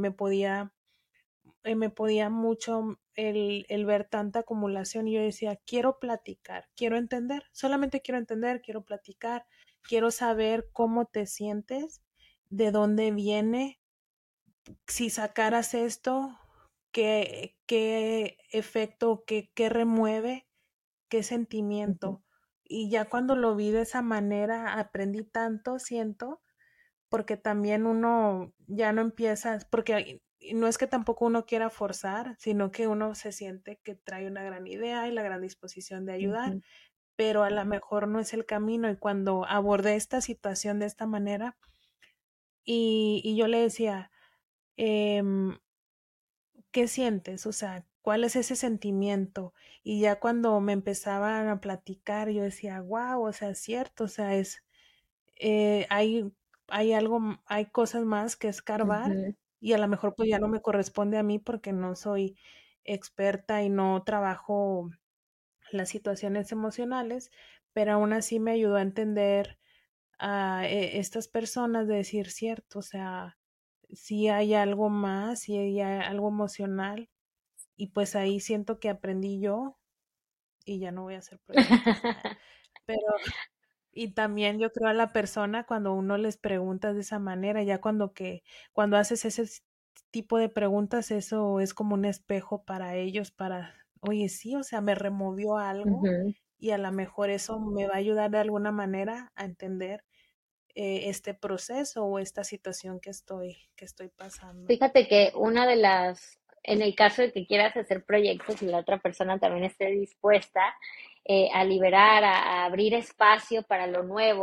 me podía mucho el ver tanta acumulación y yo decía, quiero platicar, quiero entender, solamente quiero entender, quiero platicar, quiero saber cómo te sientes, de dónde viene, si sacaras esto, qué efecto, qué remueve, qué Ujú, sentimiento. Y ya cuando lo vi de esa manera, aprendí tanto, siento, porque también uno ya no empieza, porque no es que tampoco uno quiera forzar, sino que uno se siente que trae una gran idea y la gran disposición de ayudar, ujú. pero a lo mejor no es el camino. Y cuando abordé esta situación de esta manera, y yo le decía, em, ¿qué sientes? O sea, ¿cuál es ese sentimiento? Y ya cuando me empezaban a platicar, yo decía, wow, o sea, es cierto, o sea, eh, hay, hay algo, hay cosas más que escarbar Ujú, y a lo mejor pues ya no me corresponde a mí porque no soy experta y no trabajo las situaciones emocionales, pero aún así me ayudó a entender a estas personas de decir cierto, o sea, si hay algo más, si hay algo emocional y pues ahí siento que aprendí yo y ya no voy a hacer proyectos. Pero y también yo creo a la persona cuando uno les pregunta de esa manera, ya cuando haces ese tipo de preguntas, eso es como un espejo para ellos, para, oye, sí, o sea, me removió algo ujú. y a lo mejor eso me va a ayudar de alguna manera a entender este proceso o esta situación que estoy pasando. Fíjate que una de en el caso de que quieras hacer proyectos y la otra persona también esté dispuesta a liberar, a abrir espacio para lo nuevo,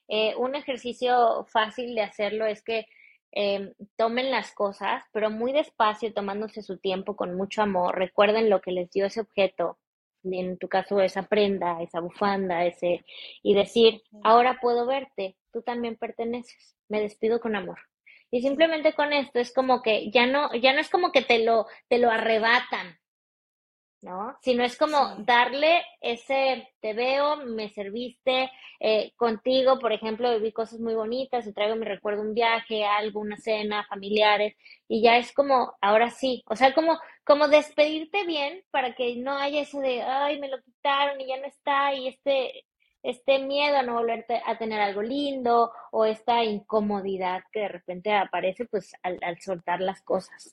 Un ejercicio fácil de hacerlo es que tomen las cosas, pero muy despacio, tomándose su tiempo con mucho amor. Recuerden lo que les dio ese objeto, en tu caso esa prenda, esa bufanda, y decir, Sí, ahora puedo verte, tú también perteneces, me despido con amor. Y sí, simplemente con esto es como que ya no es como que te lo arrebatan, ¿no? Sino es como sí, darle ese, te veo, me serviste, contigo, por ejemplo, viví cosas muy bonitas, y traigo mi recuerdo un viaje, algo, una cena, familiares, y ya es como, ahora sí, o sea, como despedirte bien para que no haya eso de, ay, me lo quitaron y ya no está, y este miedo a no volver a tener algo lindo, o esta incomodidad que de repente aparece, pues, al soltar las cosas.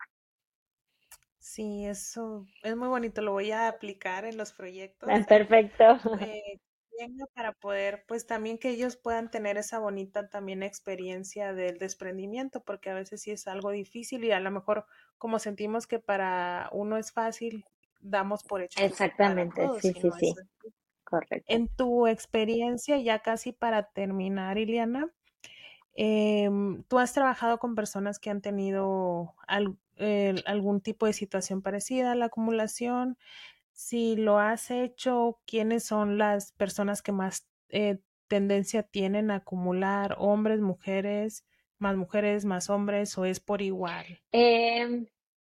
sí, eso es muy bonito, lo voy a aplicar en los Ah, proyectos perfecto. que tenga para poder, pues también que ellos puedan tener esa bonita también experiencia del desprendimiento, porque a veces sí es algo difícil y a lo mejor como sentimos que para uno es fácil, damos por hecho que para Exactamente, todos sí, y sí, no es sí, así. correcto. En tu experiencia, ya casi para terminar, Iliana, ¿tú has trabajado con personas que han tenido algún tipo de situación parecida a la acumulación? Si lo has hecho, ¿quiénes son las personas que más tendencia tienen a acumular? ¿Hombres, mujeres, más hombres o es por igual? Em,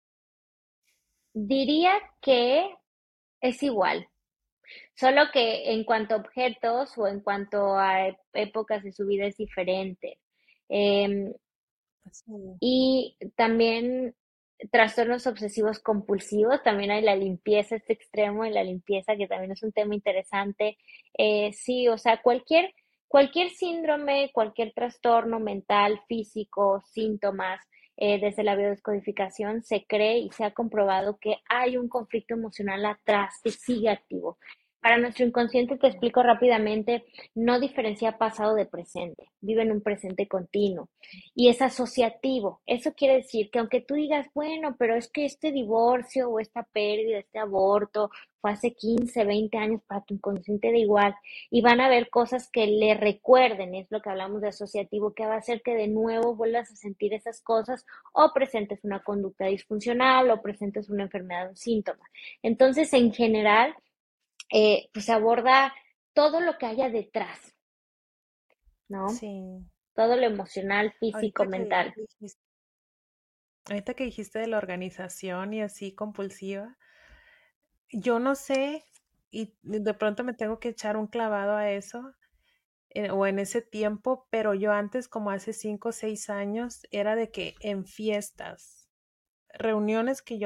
Diría que es igual, solo que en cuanto a objetos o en cuanto a épocas de su vida es diferente. Em, Sí, y también trastornos obsesivos compulsivos, también hay la limpieza, este extremo de la limpieza, que también es un tema interesante. Sí, o sea, cualquier síndrome, cualquier trastorno mental, físico, síntomas, desde la biodescodificación se cree y se ha comprobado que hay un conflicto emocional atrás que sigue activo. Para nuestro inconsciente, te explico rápidamente, no diferencia pasado de presente, vive en un presente continuo y es asociativo. Eso quiere decir que aunque tú digas, bueno, pero es que este divorcio o esta pérdida, este aborto fue hace 15, 20 años, para tu inconsciente da igual, y van a haber cosas que le recuerden, es lo que hablamos de asociativo, que va a hacer que de nuevo vuelvas a sentir esas cosas, o presentes una conducta disfuncional o presentes una enfermedad o un síntoma. Entonces, en general, pues se aborda todo lo que haya detrás, ¿no? sí. Todo lo emocional, físico, Ahorita mental. ahorita que dijiste de la organización y así compulsiva, yo no sé y de pronto me tengo que echar un clavado a eso o en ese tiempo, pero yo antes, como hace 5 o 6 años, era de que en fiestas, reuniones que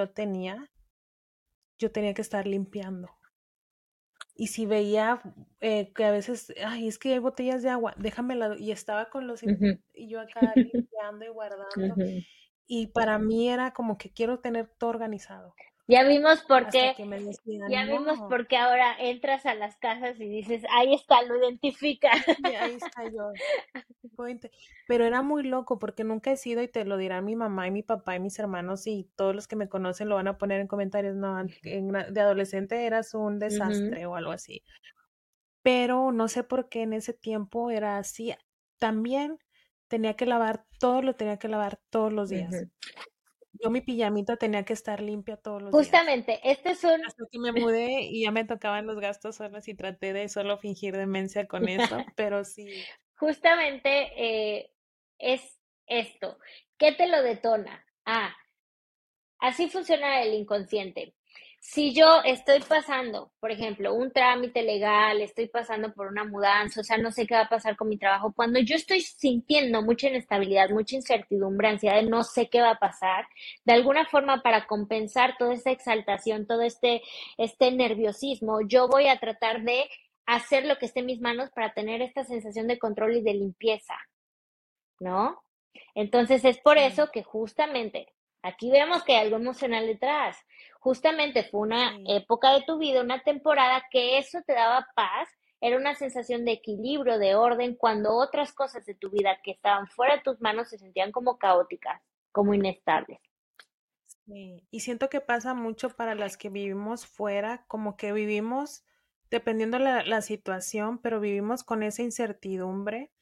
yo tenía que estar limpiando. Y si veía que a veces, ay, es que hay botellas de agua, déjamela, y estaba con Ujú. y yo acá limpiando y guardando, Ujú. y para mí era como que quiero tener todo organizado, Ya vimos por hasta qué, que me ya decían, vimos no, por qué ahora entras a las casas y dices, ahí está, lo identifica. sí, ahí está yo. Pero era muy loco porque nunca he sido, y te lo dirán mi mamá y mi papá y mis hermanos y todos los que me conocen lo van a poner en comentarios, no, de adolescente eras un Ujú, desastre o algo así. Pero no sé por qué en ese tiempo era así. También tenía que lavar todo, lo tenía que lavar todos los días. ujú. Yo mi pijamita tenía que estar limpia todos los días. Justamente, este es un, Hasta que me mudé y ya me tocaban los gastos solos y traté de solo fingir demencia con eso, pero sí, justamente es esto. ¿Qué te lo detona? Ah, así funciona el inconsciente. Si yo estoy pasando, por ejemplo, un trámite legal, estoy pasando por una mudanza, o sea, no sé qué va a pasar con mi trabajo, cuando yo estoy sintiendo mucha inestabilidad, mucha incertidumbre, ansiedad de no sé qué va a pasar, de alguna forma para compensar toda esta exaltación, todo este nerviosismo, yo voy a tratar de hacer lo que esté en mis manos para tener esta sensación de control y de limpieza, ¿no? Entonces es por sí, eso que justamente aquí vemos que hay algo emocional detrás. Justamente fue una sí. época de tu vida, una temporada que eso te daba paz, era una sensación de equilibrio, de orden, cuando otras cosas de tu vida que estaban fuera de tus manos se sentían como caóticas, como inestables. Sí, y siento que pasa mucho para las que vivimos fuera, como que vivimos dependiendo la situación, pero vivimos con esa incertidumbre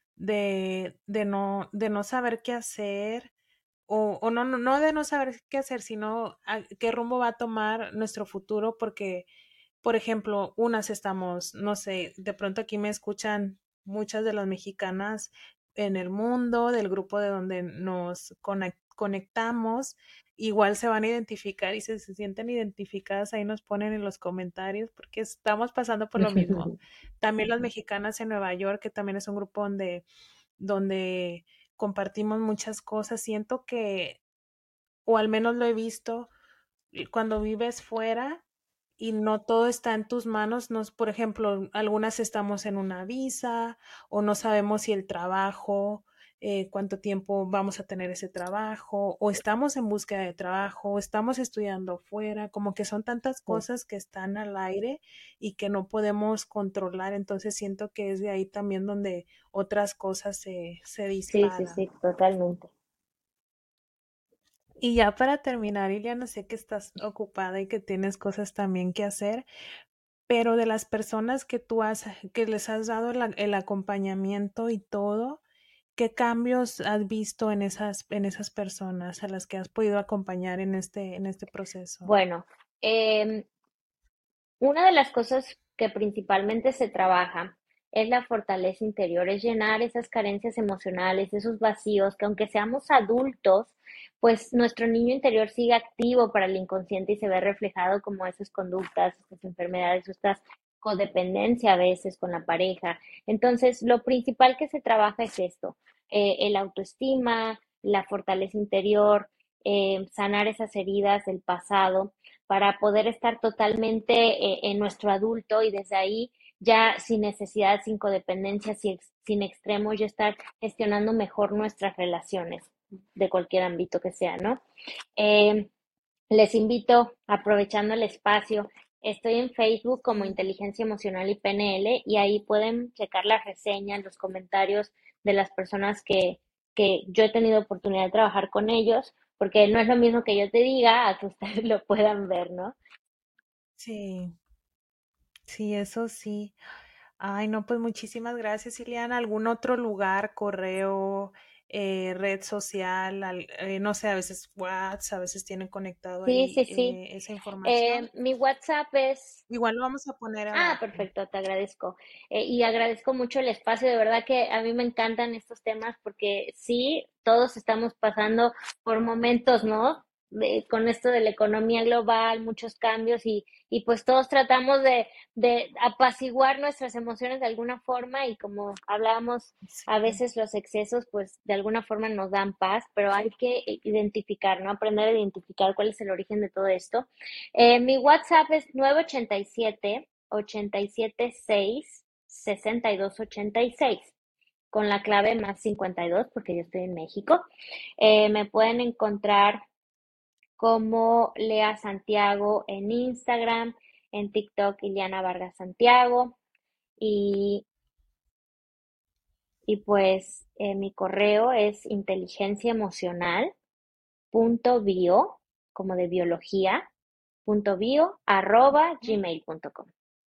de no saber qué hacer, o no de no saber qué hacer, sino qué rumbo va a tomar nuestro futuro, porque, por ejemplo, unas estamos, no sé, de pronto aquí me escuchan muchas de las mexicanas en el mundo, del grupo de donde nos conectamos, igual se van a identificar y si se sienten identificadas, ahí nos ponen en los comentarios, porque estamos pasando por lo mismo. También las mexicanas en Nueva York, que también es un grupo donde compartimos muchas cosas. Siento que, o al menos lo he visto, cuando vives fuera y no todo está en tus manos, nos, por ejemplo, algunas estamos en una visa o no sabemos si el trabajo, cuánto tiempo vamos a tener ese trabajo, o estamos en búsqueda de trabajo, o estamos estudiando fuera, como que son tantas Sí, cosas que están al aire y que no podemos controlar, entonces siento que es de ahí también donde otras cosas se sí, sí, disparan. sí, totalmente. Y ya para terminar, Iliana, sé que estás ocupada y que tienes cosas también que hacer, pero de las personas que les has dado el acompañamiento y todo, ¿qué cambios has visto en esas personas a las que has podido acompañar en este proceso? Bueno, em, una de las cosas que principalmente se trabaja es la fortaleza interior, es llenar esas carencias emocionales, esos vacíos, que aunque seamos adultos, pues nuestro niño interior sigue activo para el inconsciente y se ve reflejado como esas conductas, estas enfermedades, estas codependencia a veces con la pareja. Entonces, lo principal que se trabaja es esto, el autoestima, la fortaleza interior, sanar esas heridas del pasado para poder estar totalmente en nuestro adulto y desde ahí ya sin necesidad, sin codependencia, sin extremos, ya estar gestionando mejor nuestras relaciones de cualquier ámbito que sea, ¿no? Eh, Les invito, aprovechando el espacio, estoy en Facebook como Sí. Inteligencia Emocional y PNL y ahí pueden checar las reseñas, los comentarios de las personas que yo he tenido oportunidad de trabajar con ellos, porque no es lo mismo que yo te diga a que ustedes lo puedan ver, ¿no? Sí, sí, eso sí. Ay, no, pues muchísimas gracias, Ileana. ¿Algún otro lugar, correo, red social, no sé, a veces WhatsApp, a veces tienen conectado Sí, ahí sí, sí. esa información? Mi WhatsApp es... Igual lo vamos a poner Ah, abajo. perfecto, te agradezco. Y agradezco mucho el espacio, de verdad que a mí me encantan estos temas porque sí, todos estamos pasando por momentos, ¿no? Con esto de la economía global, muchos cambios y pues todos tratamos de apaciguar nuestras emociones de alguna forma y como hablábamos, a Sí, veces los excesos pues de alguna forma nos dan paz, pero hay que identificar, ¿no? Aprender a identificar cuál es el origen de todo esto. Mi WhatsApp es 987-876-6286 con la clave más 52 porque yo estoy en México. Me pueden encontrar como Lea Santiago en Instagram, en TikTok Iliana Vargas Santiago y, y pues mi correo es inteligenciaemocional.bio como de biología, punto bio, arroba ¿no? gmail.com.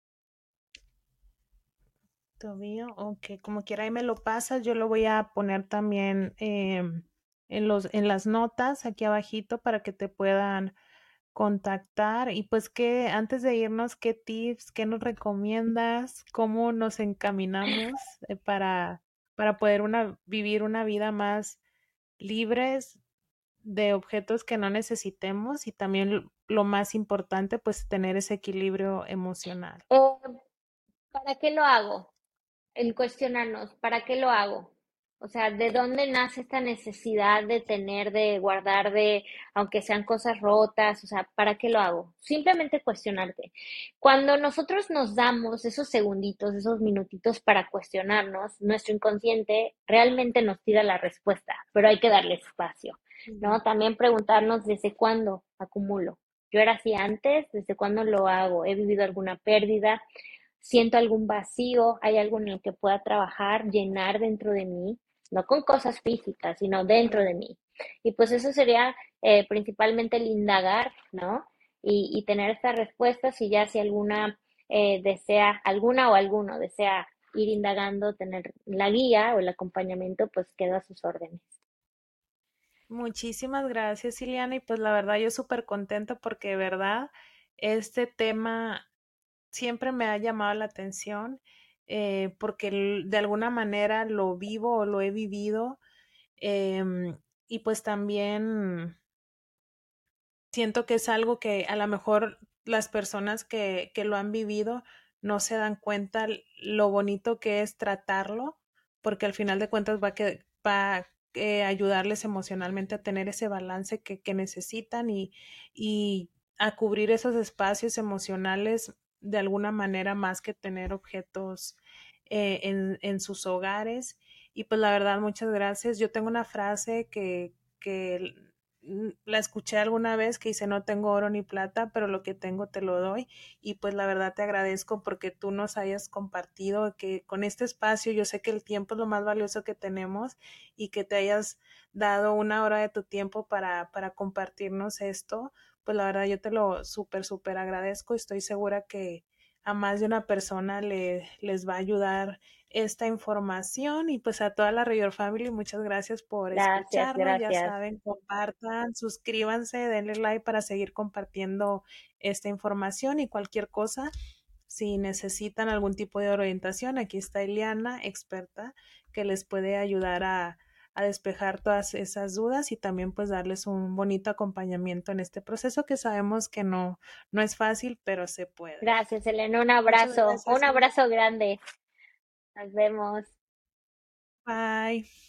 Tobío, ok, como quiera ahí me lo pasas, yo lo voy a poner también en las notas aquí abajito para que te puedan contactar y pues que antes de irnos, ¿qué tips, qué nos recomiendas, cómo nos encaminamos para poder vivir una vida más libres de objetos que no necesitemos y también lo más importante, pues tener ese equilibrio emocional? Eh, ¿Para qué lo hago? El cuestionarnos, ¿para qué lo hago? O sea, ¿de dónde nace esta necesidad de tener, de guardar, aunque sean cosas rotas? O sea, ¿para qué lo hago? Simplemente cuestionarte. Cuando nosotros nos damos esos segunditos, esos minutitos para cuestionarnos, nuestro inconsciente realmente nos tira la respuesta, pero hay que darle espacio, Ujú. ¿no? También preguntarnos desde cuándo acumulo. ¿Yo era así antes? ¿Desde cuándo lo hago? ¿He vivido alguna pérdida? ¿Siento algún vacío? ¿Hay algo en el que pueda trabajar, llenar dentro de mí? No con cosas físicas, sino dentro Sí. de mí. Y pues eso sería principalmente el indagar, ¿no? Y tener estas respuestas y ya si alguna desea, alguna o alguno desea ir indagando, tener la guía o el acompañamiento, pues quedo a sus órdenes. Muchísimas gracias, Ileana. Y pues la verdad yo súper contenta porque de verdad este tema siempre me ha llamado la atención porque de alguna manera lo vivo o lo he vivido. Y pues también siento que es algo que a lo mejor las personas que lo han vivido no se dan cuenta lo bonito que es tratarlo, porque al final de cuentas va a ayudarles emocionalmente a tener ese balance que necesitan y a cubrir esos espacios emocionales de alguna manera más que tener objetos en sus hogares. Y pues la verdad, muchas gracias. Yo tengo una frase que la escuché alguna vez que dice, no tengo oro ni plata, pero lo que tengo te lo doy. Y pues la verdad te agradezco porque tú nos hayas compartido que con este espacio, yo sé que el tiempo es lo más valioso que tenemos y que te hayas dado una hora de tu tiempo para compartirnos esto. Pues la verdad yo te lo súper agradezco y estoy segura que a más de una persona les va a ayudar esta información y pues a toda la Rayor Family, muchas gracias por Gracias, escucharnos. Ya gracias. saben, compartan, suscríbanse, denle like para seguir compartiendo esta información y cualquier cosa. Si necesitan algún tipo de orientación, aquí está Eliana, experta, que les puede ayudar a despejar todas esas dudas y también pues darles un bonito acompañamiento en este proceso que sabemos que no es fácil, pero se puede. Gracias, Elena. Muchas gracias, Un Eliana. abrazo grande. Nos vemos. Bye.